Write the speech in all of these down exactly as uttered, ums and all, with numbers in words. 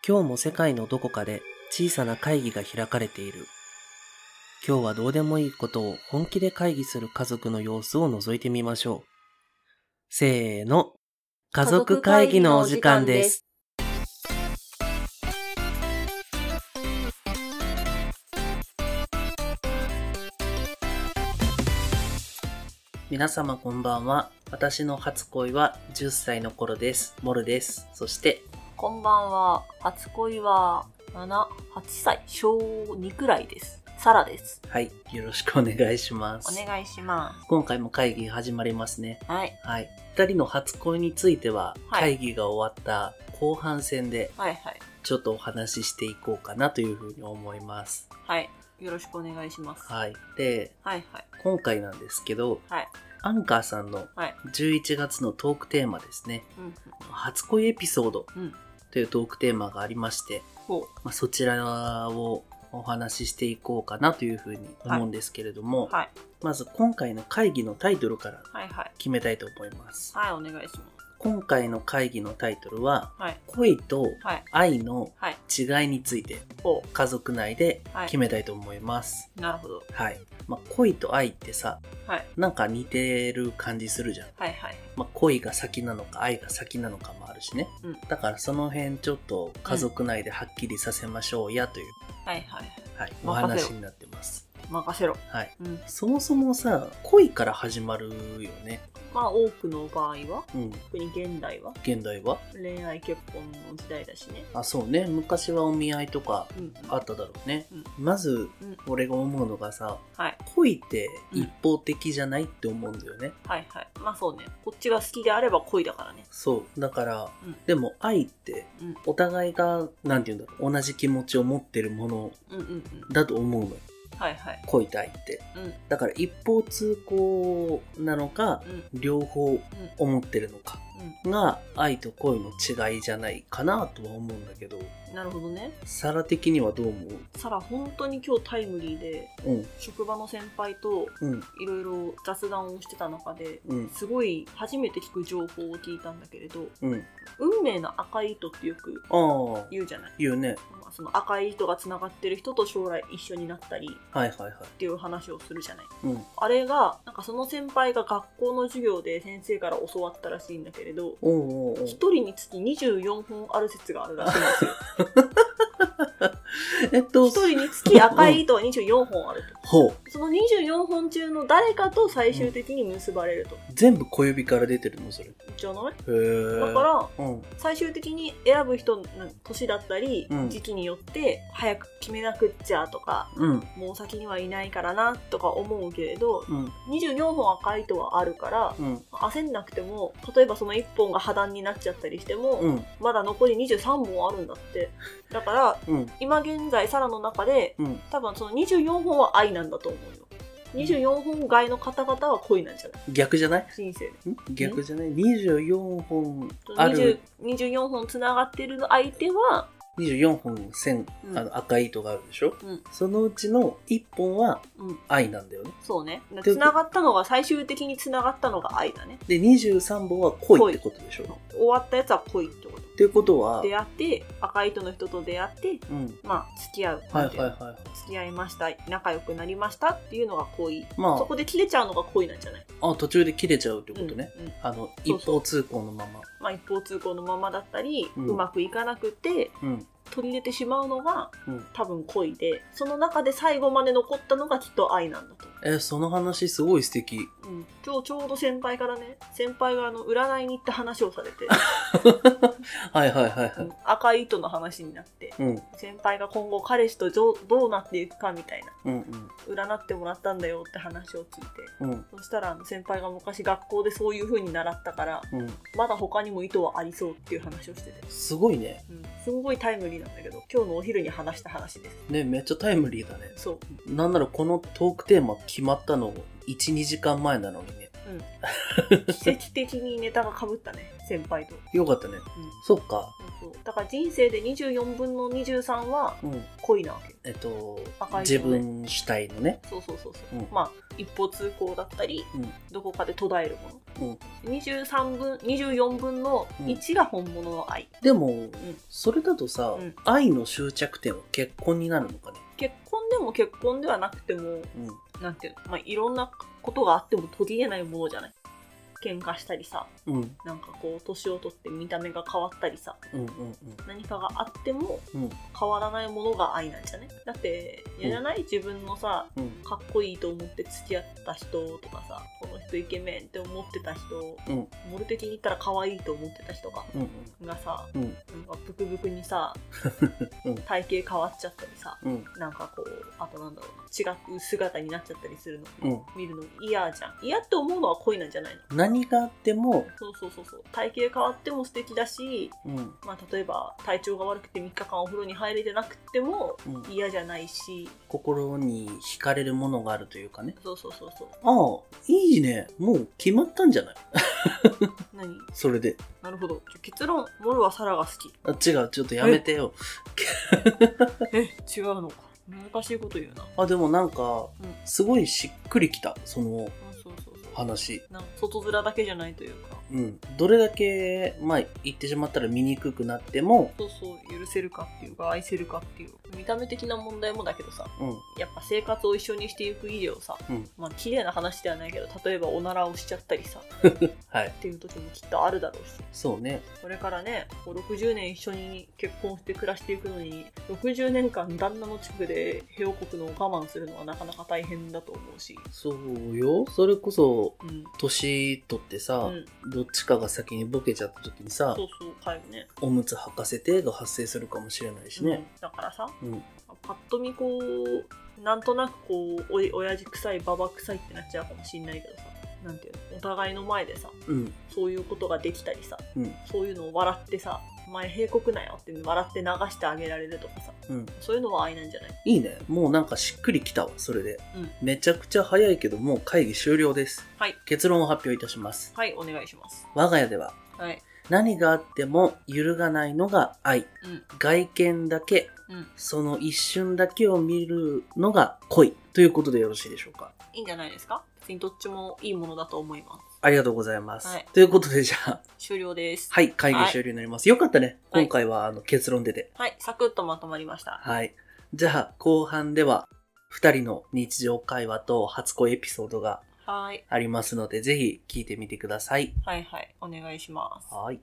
今日も世界のどこかで小さな会議が開かれている。今日はどうでもいいことを本気で会議する家族の様子を覗いてみましょう。せーの。家族会議のお時間です。皆様こんばんは。私の初恋はじゅっさいの頃です。モルです。そしてこんばんは。初恋はなな、はちさい、しょうにくらいです。サラです。 はい、よろしくお願いします。 お願いします。 今回も会議始まりますね。 はい。 はい。二人の初恋については、はい、会議が終わった後半戦で、はいはい。ちょっとお話ししていこうかなというふうに思います。 はい。よろしくお願いします。 はい。で、はいはい。今回なんですけど、はい。アンカーさんのじゅういちがつのトークテーマですね。うん、初恋エピソードというトークテーマがありまして、うん、まあ、そちらをお話ししていこうかなというふうに思うんですけれども、はいはい、まず今回の会議のタイトルから決めたいと思います。 はい、はい、お願いします。 今回の会議のタイトルは、はい、恋と愛の違いについて家族内で決めたいと思います。 はい、なるほど。 はい。まあ、恋と愛ってさ、はい、なんか似てる感じするじゃん。はいはい。まあ、恋が先なのか愛が先なのかもあるしね。うん、だからその辺ちょっと家族内ではっきりさせましょうやという、うん、はいはい。はい。お話になってます。 任せろ。 はい、うん。そもそもさ、恋から始まるよね。 まあ多くの場合は、うん、特に現代は現代は恋愛結婚の時代だしね。 あ、そうね。昔はお見合いとかあっただろうね。うん、まず、うん、俺が思うのがさ、はい、恋って一方的じゃないって思うんだよね、 うん。はいはい。まあそうね。こっちが好きであれば恋だからね。 そう。だから、うん、でも愛って、お互いが、なんていうんだろう、同じ気持ちを持ってるものだと思うのよ。はいはい、恋と愛って、うん、だから一方通行なのか、うん、両方思ってるのかが愛と恋の違いじゃないかなとは思うんだけど。 なるほどね。 サラ的にはどう思う？ サラ本当に今日タイムリーで、うん、職場の先輩といろいろ雑談をしてた中で、うん、すごい初めて聞く情報を聞いたんだけれど、うん、運命の赤い糸ってよく言うじゃない？ 言うね。 その赤い糸がつながってる人と将来一緒になったりっていう話をするじゃない、うん、あれがなんかその先輩が学校の授業で先生から教わったらしいんだけれど、ひとりにつきにじゅうよんほんある説があるらしいんですよ。えっと、ひとりにつき赤い糸はにじゅうよんほんあると。ほう。そのにじゅうよんほん中の誰かと最終的に結ばれると。 うん、全部小指から出てるのそれ。 じゃない？へー。だから、うん、最終的に選ぶ人の年だったり、うん、時期によって早く決めなくっちゃとか、うん、もう先にはいないからなとか思うけれど、うん、にじゅうよんほん赤い糸はあるから、うん、焦んなくても、例えばそのいっぽんが破談になっちゃったりしても、うん、まだ残りにじゅうさんぼんあるんだって。だから、うん、今現在サラの中で、うん、多分そのにじゅうよんほんは愛なんだと思うよ。にじゅうよんほん外の方々は恋なんじゃない？ 逆じゃない？ 人生で。 逆じゃない？ にじゅうよん 本ある。 にじゅうよんほんつながってる相手は、 にじゅうよんほん線、うん、あの赤い糸があるでしょ、うん、そのうちのいっぽんは愛なんだよね、 うん、そうね。つながったのが最終的につながったのが愛だね。 でにじゅうさんぼんは恋ってことでしょ。 終わったやつは恋ってことっていうことは出会って赤い糸の人と出会って、うん、まあ付き合う、はいはいはい、付き合いました、仲良くなりましたっていうのが恋、まあ、そこで切れちゃうのが恋なんじゃない？ あ、途中で切れちゃうってことね、うんうん、あの一方通行のまま、 まあ、一方通行のままだったり、うん、うまくいかなくて、うん、取り入れてしまうのが、うん、多分恋で、その中で最後まで残ったのがきっと愛なんだと。 えー、その話すごい素敵。 うん、今日ちょうど先輩からね、先輩があの占いに行った話をされてはいはいはいはい、うん、赤い糸の話になって、うん、先輩が今後彼氏とどうなっていくかみたいな、うんうん、占ってもらったんだよって話を聞いて、うん、そしたら先輩が昔学校でそういう風に習ったから、うん、まだ他にも糸はありそうっていう話をしてて、 すごいね、 うん、すごいタイムリーなんだけど、今日のお昼に話した話ですね。めっちゃタイムリーだね。そう。なんならこのトークテーマ決まったのいち、にじかんまえなのにね。 うん。奇跡的にネタが被ったね。 先輩と。 よかったね、うん、そっか。 そうそうだから人生でにじゅうよんぶんのにじゅうさんは恋なわけ、うん、 えっと自分主体のね。 そうそうそうそう、うん、まあ一方通行だったり、うん、どこかで途絶えるもの、うん、にじゅうさんぶんにじゅうよんぶんのいちが本物の愛、 うん、でも、うん、それだとさ、うん、愛の終着点は結婚になるのかね。 結婚でも結婚ではなくても、うん、なんていうの、まあ、いろんなことがあっても途切れないものじゃない。喧嘩したりさ、うん、なんかこう年を取って見た目が変わったりさ、うんうんうん、何かがあっても変わらないものが愛なんじゃね。だって嫌じゃない、うん、自分のさ、うん、かっこいいと思って付き合った人とかさ、この人イケメンって思ってた人、うん、モル的に言ったら可愛いと思ってた人が、うんうん、がさ、うん、なんかブクブクにさ、うん、体型変わっちゃったりさ、うん、なんかこうあとなんだろう違う姿になっちゃったりするの、うん、見るの嫌じゃん。嫌って思うのは恋なんじゃないの。 何があってもそうそうそうそう体型変わっても素敵だし、うんまあ、例えば体調が悪くてみっかかんお風呂に入れてなくても嫌じゃないし、うん、 心に惹かれるものがあるというかね。 そうそうそうそう。 ああいいね。もう決まったんじゃない何それで。 なるほど。結論モルはサラが好き。 あ違うちょっとやめてよえ違うのか。難しいこと言うな。 あでもなんか、うん、すごいしっくりきたその、うん、そうそうそう話。 なんか外面だけじゃないというか、 うん、どれだけまあ言ってしまったら醜くなってもそうそう許せるかっていうか愛せるかっていう見た目的な問題もだけどさ、うん、やっぱ生活を一緒にしていく以上さ、うん、まあ綺麗な話ではないけど例えばおならをしちゃったりさ、はい、っていう時もきっとあるだろうし。 そうね。 これからねろくじゅうねん一緒に結婚して暮らしていくのにろくじゅうねんかん旦那の近くで屁をこくのを我慢するのはなかなか大変だと思うし。 そうよ。それこそ、うん、年取ってさ、うん、どっちかが先にボケちゃった時にさ、 そうそう帰るね。 おむつ履かせてが発生するかもしれないしね、うん、 だからさ、うん、パッと見こうなんとなくこうお親父臭いババ臭いってなっちゃうかもしれないけどさ、なんていうのお互いの前でさ、うん、そういうことができたりさ、うん、そういうのを笑ってさお前閉国なよって笑って流してあげられるとかさ、うん、そういうのは愛なんじゃない？ いいね。もうなんかしっくりきたわそれで、うん、めちゃくちゃ早いけどもう会議終了です。はい。結論を発表いたします。 はいお願いします。 我が家では、はい、何があっても揺るがないのが愛、うん、外見だけ、うん、その一瞬だけを見るのが恋ということでよろしいでしょうか？ いいんじゃないですか？別にどっちもいいものだと思います。 ありがとうございます、はい、ということでじゃあ終了です。 はい、会議終了になります、はい、よかったね今回はあの結論出て、 はい、サクッとまとまりました。 はい、じゃあ後半ではふたりの日常会話と初恋エピソードがありますので、はい、ぜひ聞いてみてください。 はいはいお願いします。はい。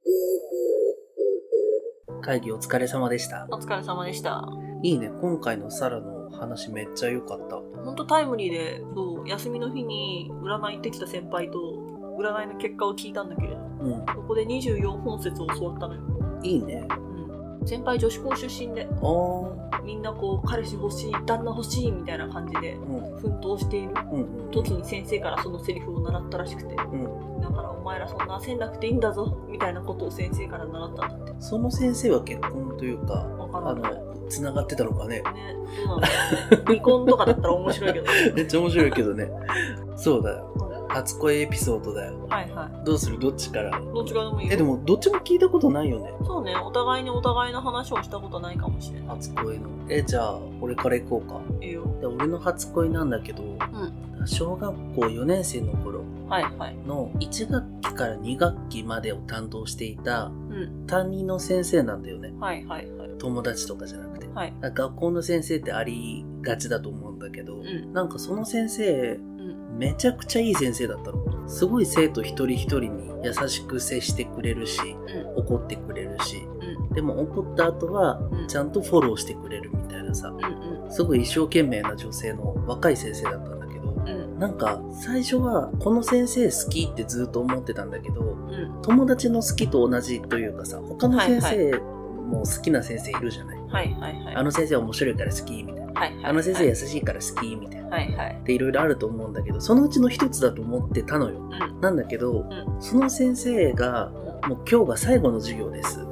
会議お疲れ様でした。 お疲れ様でした。 いいね。今回のサラの話めっちゃ良かった。 ほんとタイムリーで、そう休みの日に占い行ってきた先輩と占いの結果を聞いたんだけれど、うん、そこでにじゅうよんほん説を教わったのよ。 いいね。 うん、先輩女子校出身で、みんなこう彼氏欲しい、旦那欲しいみたいな感じで奮闘している時に先生からそのセリフを習ったらしくて、うん、だからお前らそんな焦んなくていいんだぞみたいなことを先生から習ったんだって。 その先生は結婚というか、あのつながってたのかね。ね、 どうなんだろう。離婚とかだったら面白いけど。 めっちゃ面白いけどね。そうだよ。初恋エピソードだよ。はいはい。どうする？どっちから？ どっちからでもいいよ。 え、でもどっちも聞いたことないよね。 そうね。お互いにお互いの話をしたことないかもしれない。 初恋の。え、じゃあ俺から行こうか。いいよ。で俺の初恋なんだけど、うん、小学校よねん生の頃のいちがっきからにがっきまでを担当していた担任の先生なんだよね。はいはいはい。友達とかじゃなくて。はい、学校の先生ってありがちだと思うんだけど、うん、なんかその先生、うん、めちゃくちゃいい先生だったの。すごい生徒一人一人に優しく接してくれるし、うん、怒ってくれるし、うん、でも怒った後はちゃんとフォローしてくれるみたいなさ、うん、すごい一生懸命な女性の若い先生だったんだけど、うん、なんか最初はこの先生好きってずっと思ってたんだけど、うん、友達の好きと同じというかさ、他の先生、はいはいもう好きな先生いるじゃない。はいはいはい。あの先生面白いから好きみたいな。はいはいはい、あの先生優しいから好きみたいな。はいはい。でいろいろあると思うんだけど、そのうちの一つだと思ってたのよ。うん、なんだけど、うん、その先生が、もう今日が最後の授業です。うん、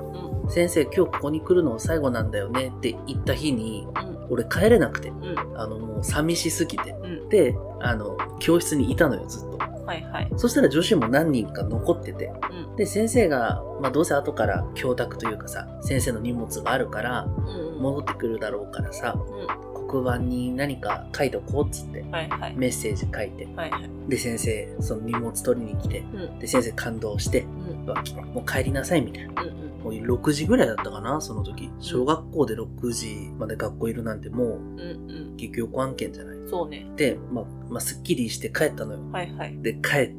先生今日ここに来るの最後なんだよねって言った日に、うん、俺帰れなくて、うん、あのもう寂しすぎて、うん、であの教室にいたのよずっと。はいはい、そしたら女子も何人か残ってて、うん、で先生が、まあ、どうせ後から教託というかさ先生の荷物があるから戻ってくるだろうからさ、うん、黒板に何か書いとこうっつって、はいはい、メッセージ書いて、はいはい、で先生その荷物取りに来て、うん、で先生感動して、うん、もう帰りなさいみたいな、うんうん、もうろくじぐらいだったかなその時。小学校でろくじまで学校いるなんてもう激横案件じゃない。 そうね。 で、まあ、まあ、すっきりして帰ったのよ。はいはい。で、帰って、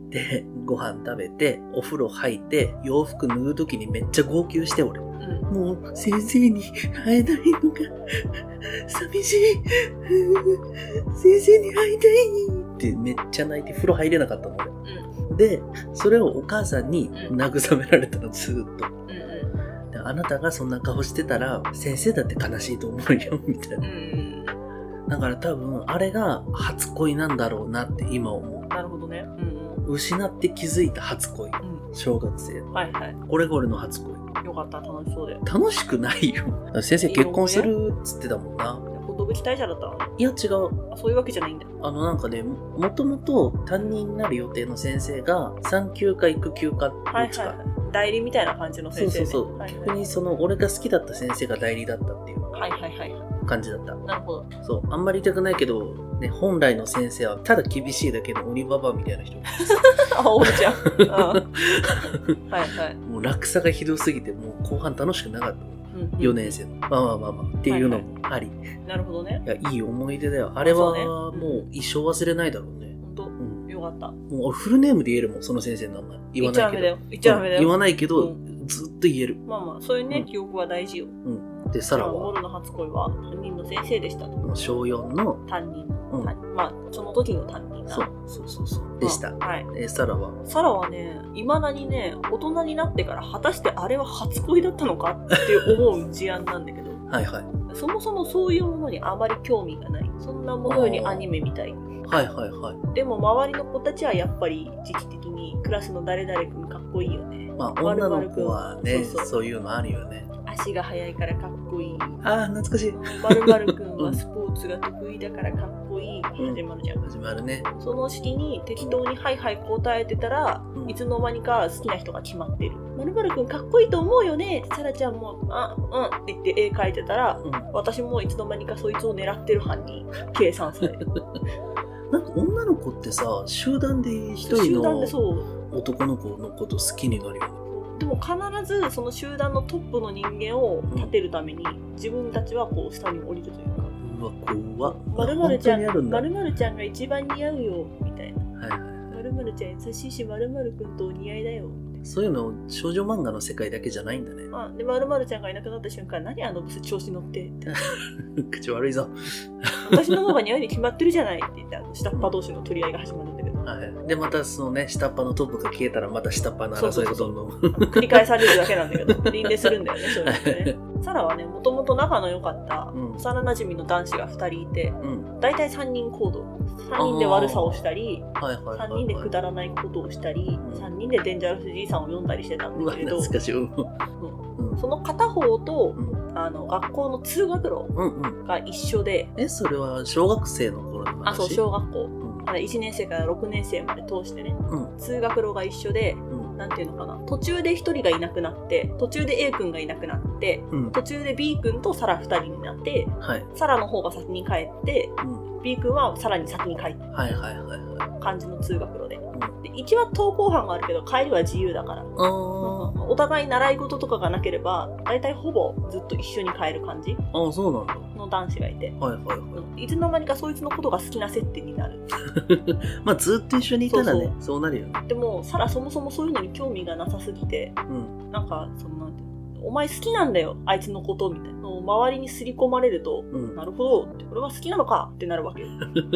ご飯食べて、お風呂入って、洋服脱ぐ時にめっちゃ号泣して、俺。うん、もう、先生に会えないのが、寂しい。先生に会いたいってめっちゃ泣いて風呂入れなかったの、俺。うん、で、それをお母さんに慰められたの、ずーっと。うんうん、であなたがそんな顔してたら、先生だって悲しいと思うよ、みたいな。うんだから多分、あれが初恋なんだろうなって今思う。 なるほどね。うんうん、失って気づいた初恋。うん、小学生。はいはい。これが俺の初恋。 よかった、楽しそうで。 楽しくないよ。先生結婚するっつってたもんな。 寿退社だったの？ いや違う。 あ、そういうわけじゃないんだ。 あのなんかね、もともと担任になる予定の先生が産休か育休かどっちか。はいはいはい。 代理みたいな感じの先生、ね。 そうそうそう。はいはい、逆にその俺が好きだった先生が代理だったっていう。はいはいはい。感じだった。 なるほど。 そう。あんまり言いたくないけど、ね、本来の先生はただ厳しいだけの鬼ババアみたいな人。 あ、おるちゃん。はいはい。 もう落差がひどすぎて、もう後半楽しくなかった。うん、よねん生の。まあまあまあまあ。っていうのもあり。はいはい、 なるほどね。 いや、いい思い出だよ。あれはもう一生忘れないだろうね。 ほんと、うん、よかった。もう俺フルネームで言えるもん、その先生の名前。言わないけど。言っちゃダメだよ。 言っちゃダメだよ。 言わないけど、うん、ずっと言える。 まあまあ、そういうね、うん、記憶は大事よ。うんで、サラはモルの初恋は担任の先生でしたと。 しょうよんの担任の、うん、まあその時の担任な。 そうそうそうそうでした。はい。えサラはサラはね、未だにね、大人になってから果たしてあれは初恋だったのかって思う事案なんだけど。はいはい。そもそもそういうものにあまり興味がない。そんなものよりアニメみたい。 はいはいはい。 でも周りの子たちはやっぱり時期的にクラスの誰々君かっこいいよね。 まあ女の子はね、そうそう、そういうのあるよね。 足が速いからかっこいい。 ああ、懐かしい。 〇〇くんはスポーツが得意だからかっこいい。始まるじゃん。 始まるね。 その式に適当にはいはい答えてたら、うん、いつの間にか好きな人が決まってる。〇〇くんかっこいいと思うよね。サラちゃんも、あ、うんって言って絵描いてたら、うん、私もいつの間にかそいつを狙ってる犯人、計算される。 なんか女の子ってさ、集団で一人の男の子のこと好きになるよね。 でも必ずその集団のトップの人間を立てるために、うん、自分たちはこう下に降りるというか、 うわ怖っ、 〇〇ちゃん〇〇ちゃんが一番似合うよみたいな、はいはい、〇〇ちゃん優しいし〇〇くんとお似合いだよ。 そういうの少女漫画の世界だけじゃないんだね。 あで〇〇ちゃんがいなくなった瞬間、何あのブス調子乗って口悪いぞ私の方が似合うに決まってるじゃないって言ってあの下っ端同士の取り合いが始まるんだけど、 はい、でまたそのね下っ端のトップが消えたらまた下っ端の争いがどんどん繰り返されるだけなんだけど輪廻するんだよねそういうのね。サラはねもともと仲の良かった幼なじみの男子がふたりいて、うん、大体さんにん行動、さんにんで悪さをしたり、さんにんでくだらないことをしたり、うん、さんにんでデンジャラスじいさんを読んだりしてたんだけど、 懐かしい、うん、 その片方と、うん、あの学校の通学路が一緒で、 うんうん、えそれは小学生の頃の話？ あそう小学校、うん、いちねん生からろくねん生まで通してね、うん、通学路が一緒で、うん、なんていうのかな、途中でひとりがいなくなって途中で A 君がいなくなって、うん、途中で B 君とサラふたりになって、はい、サラの方が先に帰って、うん、B 君はさらに先に帰って、はいはいはいはい、感じの通学路で、うん、で行きは登校班があるけど帰りは自由だから、お互い習い事とかがなければだいたいほぼずっと一緒に帰る感じ。 ああそうなんだ。 の男子がいて、はいはいはい、いつの間にかそいつのことが好きな設定になるまあずっと一緒にいたらね、そうそうそうなるよね。 でもサラそもそもそういうのに興味がなさすぎて、うん、なんかそのなんてお前好きなんだよあいつのことみたいなのを周りに刷り込まれると、うん、なるほどってこれは好きなのかってなるわけよ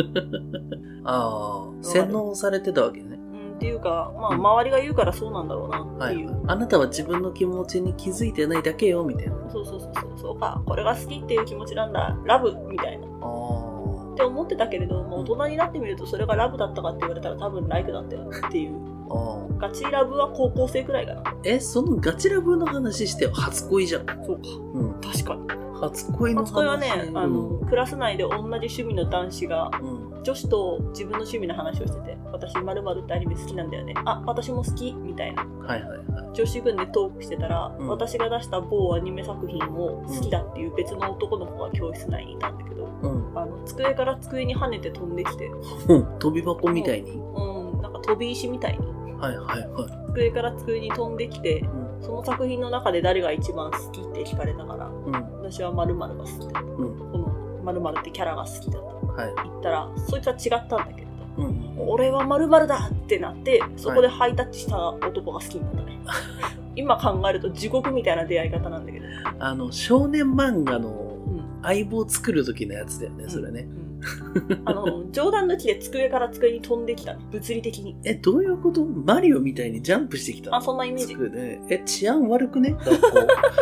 ああ洗脳されてたわけね。 っていうか、まあ、周りが言うからそうなんだろうなっていう、 はい、あなたは自分の気持ちに気づいてないだけよみたいな。 そうそうそうそうそうか、これが好きっていう気持ちなんだ、ラブみたいなって思ってたけれども、大人になってみるとそれがラブだったかって言われたら多分ライクだったよっていうガチラブは高校生くらいかな。 え、そのガチラブの話して初恋じゃん。 そうか。うん。確かに。 初恋の話。 初恋はね、あの、うん、クラス内で同じ趣味の男子が、うん、女子と自分の趣味の話をしてて、私〇〇ってアニメ好きなんだよね。あ、私も好きみたいな。はいはいはい。女子群でトークしてたら、うん、私が出した某アニメ作品を好きだっていう別の男の子が教室内にいたんだけど、うん、あの机から机に跳ねて飛んできて。 うん、飛び箱みたいに、 うん、なんか飛び石みたいに。 はいはいはい。 机から机に飛んできて、うん、その作品の中で誰が一番好きって聞かれたから、うん、私は〇〇が好きだった、うん、この〇〇ってキャラが好きだった、はい、言ったらそいつは違ったんだけれど、うん、俺は〇〇だってなってそこでハイタッチした男が好きになったね、はい、今考えると地獄みたいな出会い方なんだけど、 あの少年漫画の相棒作る時のやつだよね、うん、それね、うんあの冗談抜きで机から机に飛んできた、ね、物理的に。 え、どういうこと？マリオみたいにジャンプしてきたの？ あ、そんなイメージ。 ね、え、治安悪くね？学校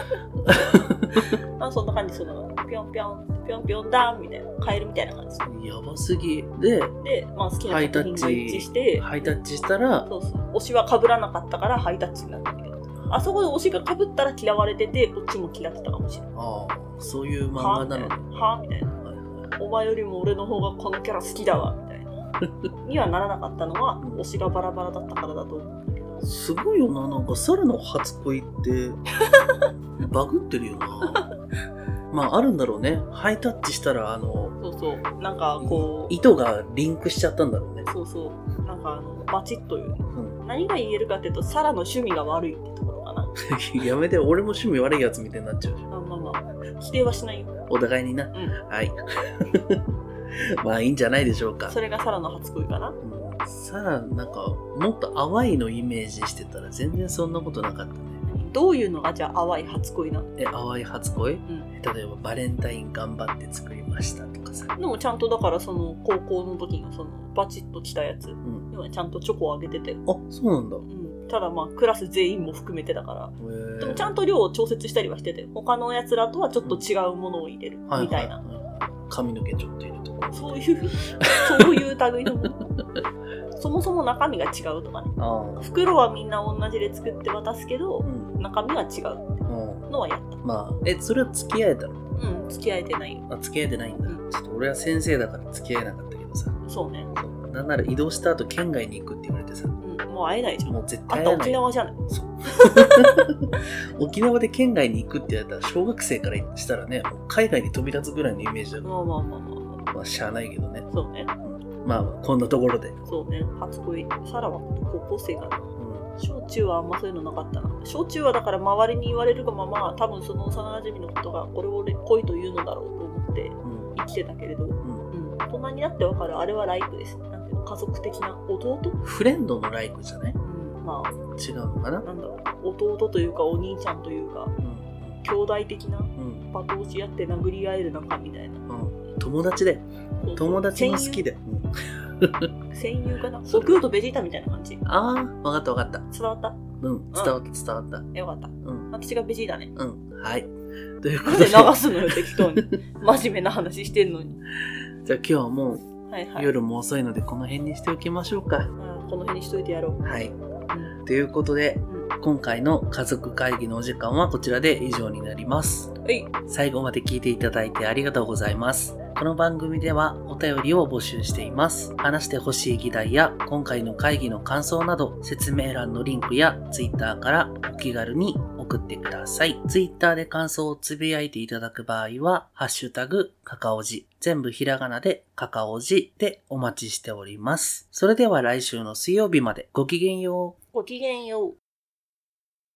あ、そんな感じ。そのピョンピョンピョンピョンダーンみたいなカエルみたいな感じ。 やばすぎで、 で、まあ、好きな作品が一致してハイタッチしたら、 そうそう。推しは被らなかったからハイタッチになったんだけど、あそこで推しが被ったら嫌われててこっちも嫌ってたかもしれない。ああ、 そういう漫画なのね。 はみたいな。お前よりも俺の方がこのキャラ好きだわみたいなにはならなかったのは推しがバラバラだったからだと思うんだけど、 すごいよな。なんかサラの初恋ってバグってるよな。まああるんだろうね。ハイタッチしたらあのそうそうなんかこう糸がリンクしちゃったんだろうね。 そうそうなんかあのバチッという、うん、何が言えるかっていうとサラの趣味が悪いってところかな。 やめて、俺も趣味悪いやつみたいになっちゃうじゃん。 あまあまあ否定はしないよ。 お互いにな。うん、はい。まあいいんじゃないでしょうか。 それがサラの初恋かな。うん、 サラなんかもっと淡いのイメージしてたら全然そんなことなかったね。 どういうのがじゃあ淡い初恋なの？ え、淡い初恋？うん、例えばバレンタイン頑張って作りましたとかさ。 でもちゃんとだからその高校の時のそのバチッときたやつ、うん、今ちゃんとチョコをあげてて。 あ、そうなんだ。うん。 ただまあクラス全員も含めてだから。でもちゃんと量を調節したりはしてて、他のやつらとはちょっと違うものを入れるみたいな。 はいはいはい、髪の毛ちょっと入れるとか。 そういうそういう類のもの。そもそも中身が違うとかね。袋はみんな同じで作って渡すけど、うん、中身は違うってのはやった。 まあ、え、それは付き合えたの？ うん、付き合えてないよ。 あ、付き合えてないんだ。うん、ちょっと俺は先生だから付き合えなかったけどさ。 そうね。そう。 なんなら移動した後県外に行くって言われてさ。うん、 もう会えないじゃん。 もう絶対会えない。 あんた沖縄じゃない。そう。 沖縄で県外に行くって言われたら小学生からしたらね、もう海外に飛び立つぐらいのイメージだから。まあまあまあまあ。まあしゃあないけどね。 そうね。 うん、まあこんなところで。 そうね。初恋。サラは高校生かな。小中はあんまそういうのなかったな。小中はだから周りに言われるがまま多分その幼馴染のことがこれを恋というのだろうと思って生きてたけれど、うんうん、大人になってわかるあれはライクです。なんていうの、家族的な弟？ フレンドのライクじゃない？うん、まあ違うのかな。 なんだろう、弟というかお兄ちゃんというか、うん、兄弟的な、うん、罵倒し合って殴り合える仲みたいな、 うん、友達で友達も好きで。 戦友かな。悟空とベジータみたいな感じ。 ああ、わかったわかった。 伝わった？ うん、伝わった伝わった。 よかった。うん。私がベジータね。 うん、はい。ということで。なんで流すのよ、適当に。真面目な話してんのに。 じゃあ今日はもう、はいはい、夜も遅いのでこの辺にしておきましょうか。うん、 この辺にしといてやろう。 はい。うん、ということで、うん、今回の家族会議のお時間はこちらで以上になります。はい。最後まで聞いていただいてありがとうございます。この番組ではお便りを募集しています。話してほしい議題や今回の会議の感想など説明欄のリンクや Twitter からお気軽に送ってください。Twitter で感想をつぶやいていただく場合はハッシュタグカカオジ、全部ひらがなでカカオジでお待ちしております。それでは来週の水曜日までごきげんよう。 ごきげんよう。